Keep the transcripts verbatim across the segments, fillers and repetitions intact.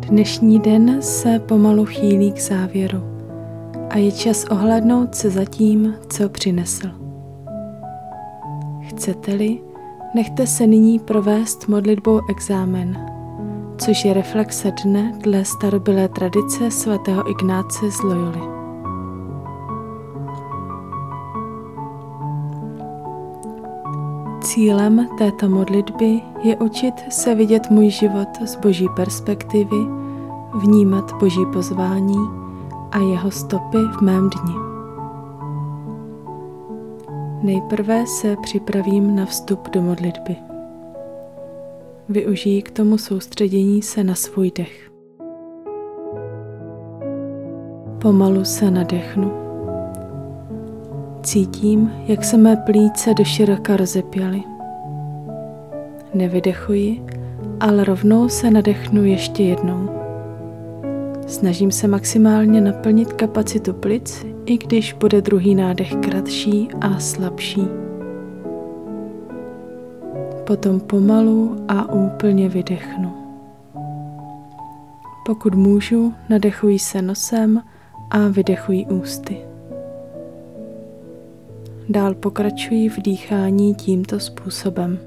Dnešní den se pomalu chýlí k závěru a je čas ohlédnout se za tím, co přinesl. Chcete-li, nechte se nyní provést modlitbou exámen, což je reflexe dne dle starobylé tradice svatého Ignáce z Loyoly. Cílem této modlitby je učit se vidět můj život z Boží perspektivy, vnímat Boží pozvání a jeho stopy v mém dni. Nejprve se připravím na vstup do modlitby. Využiji k tomu soustředění se na svůj dech. Pomalu se nadechnu. Cítím, jak se mé plíce doširoka rozepěly. Nevydechuji, ale rovnou se nadechnu ještě jednou. Snažím se maximálně naplnit kapacitu plic, i když bude druhý nádech kratší a slabší. Potom pomalu a úplně vydechnu. Pokud můžu, nadechuji se nosem a vydechuji ústy. Dál pokračuji v dýchání tímto způsobem.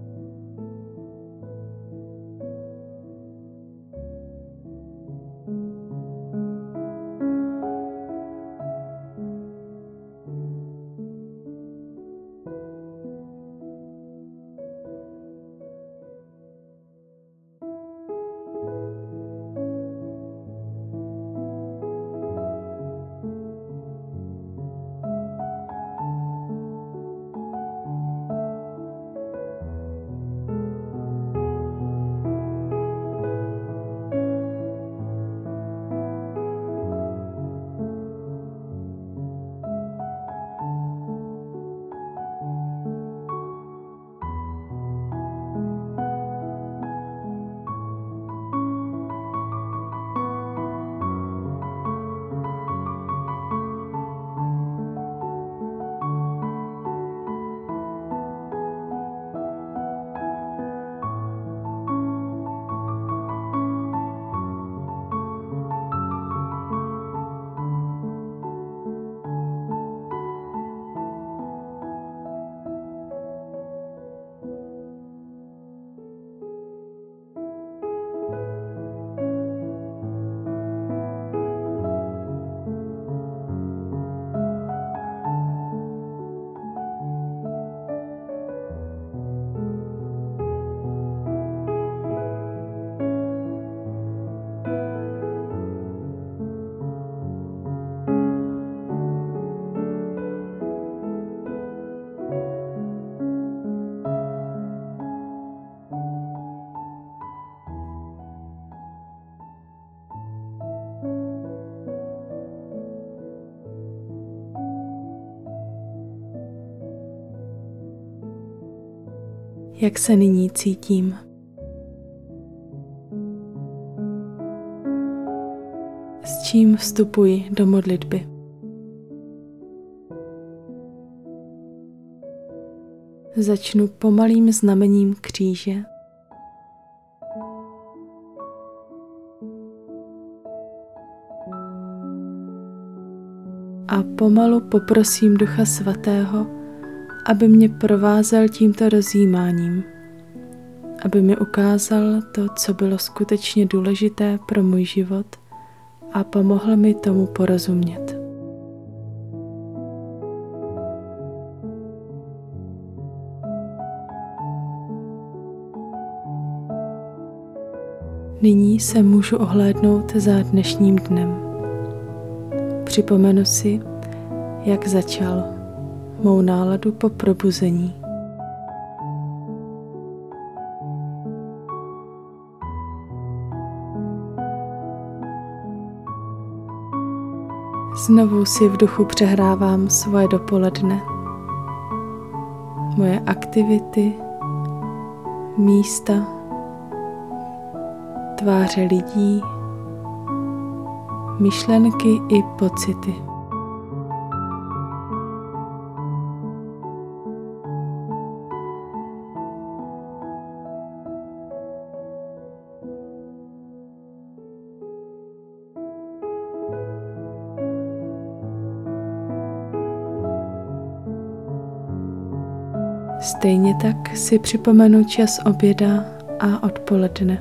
Jak se nyní cítím? S čím vstupuji do modlitby? Začnu pomalým znamením kříže. A pomalu poprosím Ducha Svatého, aby mě provázel tímto rozjímáním, aby mi ukázal to, co bylo skutečně důležité pro můj život a pomohl mi tomu porozumět. Nyní se můžu ohlédnout za dnešním dnem. Připomenu si, jak začal, mou náladu po probuzení. Znovu si v duchu přehrávám svoje dopoledne, moje aktivity, místa, tváře lidí, myšlenky i pocity. Stejně tak si připomenu čas oběda a odpoledne.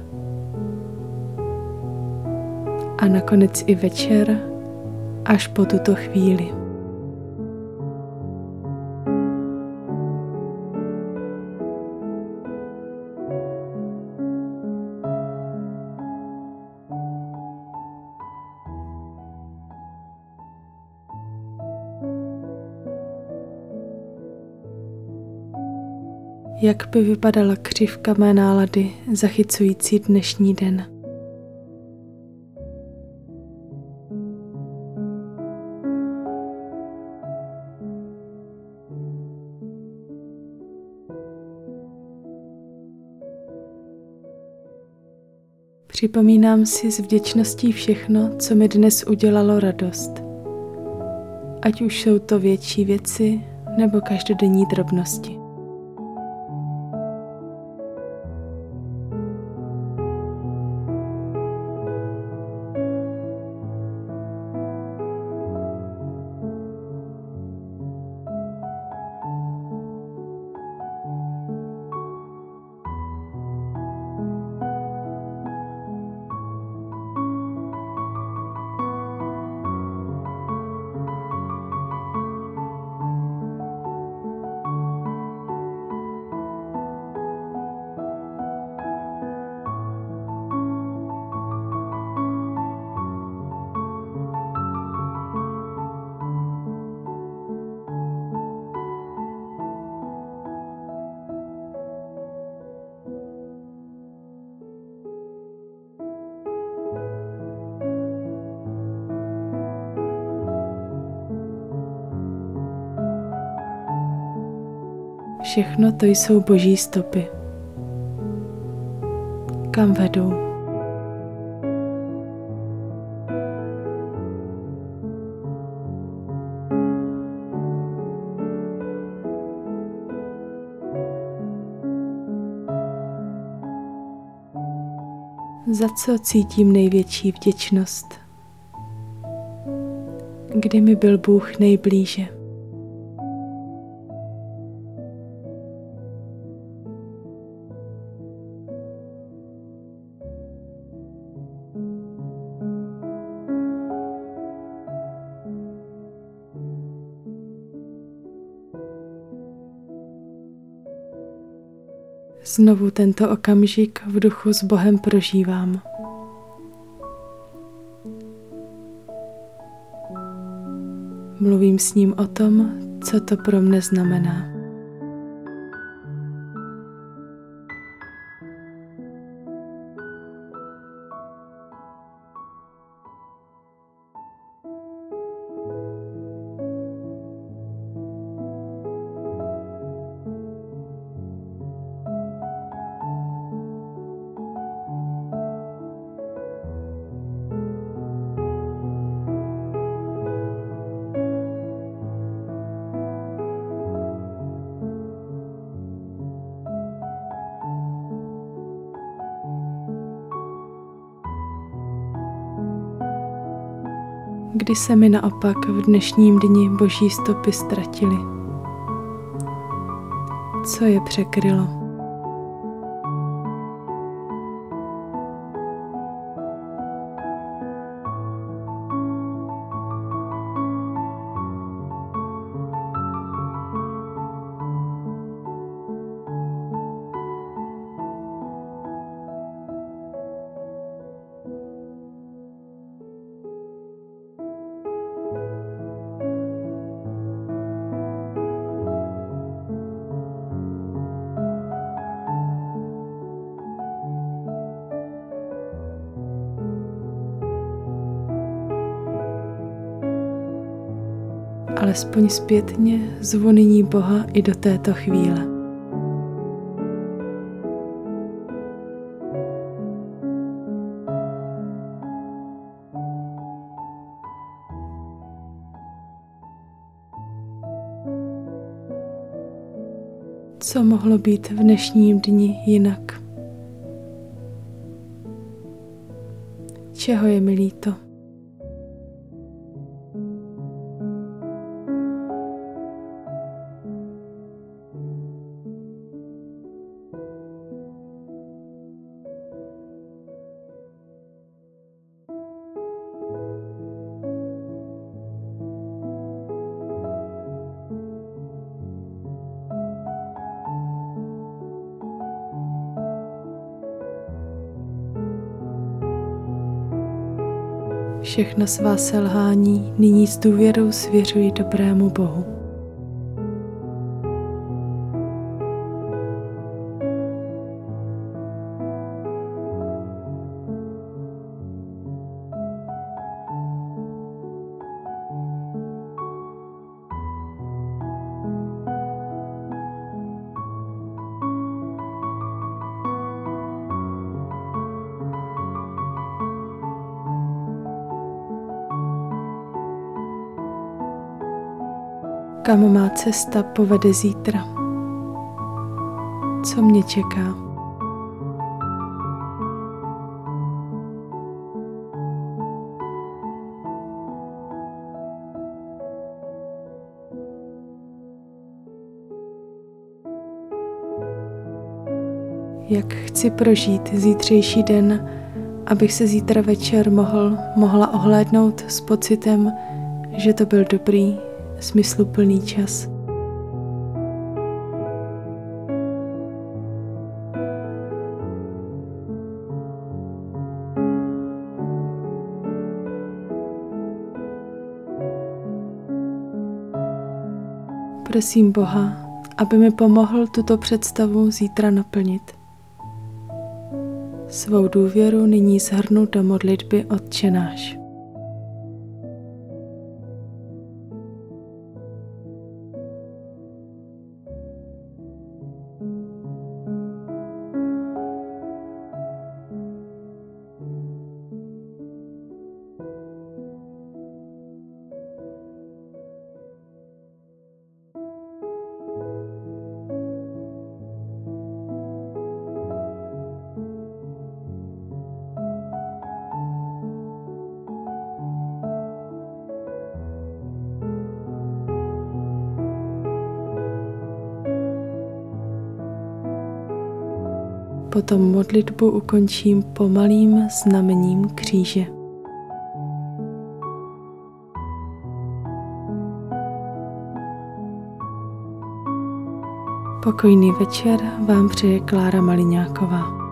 A nakonec i večer až po tuto chvíli. Jak by vypadala křivka mé nálady zachycující dnešní den? Připomínám si s vděčností všechno, co mi dnes udělalo radost. Ať už jsou to větší věci nebo každodenní drobnosti. Všechno to jsou Boží stopy. Kam vedou? Za co cítím největší vděčnost? Kdy mi byl Bůh nejblíže? Znovu tento okamžik v duchu s Bohem prožívám. Mluvím s ním o tom, co to pro mne znamená. Kdy se mi naopak v dnešním dni Boží stopy ztratily? Co je překrylo? Alespoň zpětně zvu nyní Boha i do této chvíle. Co mohlo být v dnešním dni jinak? Čeho je mi líto? Všechna svá selhání nyní s důvěrou svěřuji dobrému Bohu. Kam má cesta povede zítra? Co mě čeká? Jak chci prožít zítřejší den, abych se zítra večer mohl, mohla ohlédnout s pocitem, že to byl dobrý, smysluplný čas. Prosím Boha, aby mi pomohl tuto představu zítra naplnit. Svou důvěru nyní shrnu do modlitby Otče náš. Potom modlitbu ukončím pomalým znamením kříže. Pokojný večer vám přeje Klára Maliňáková.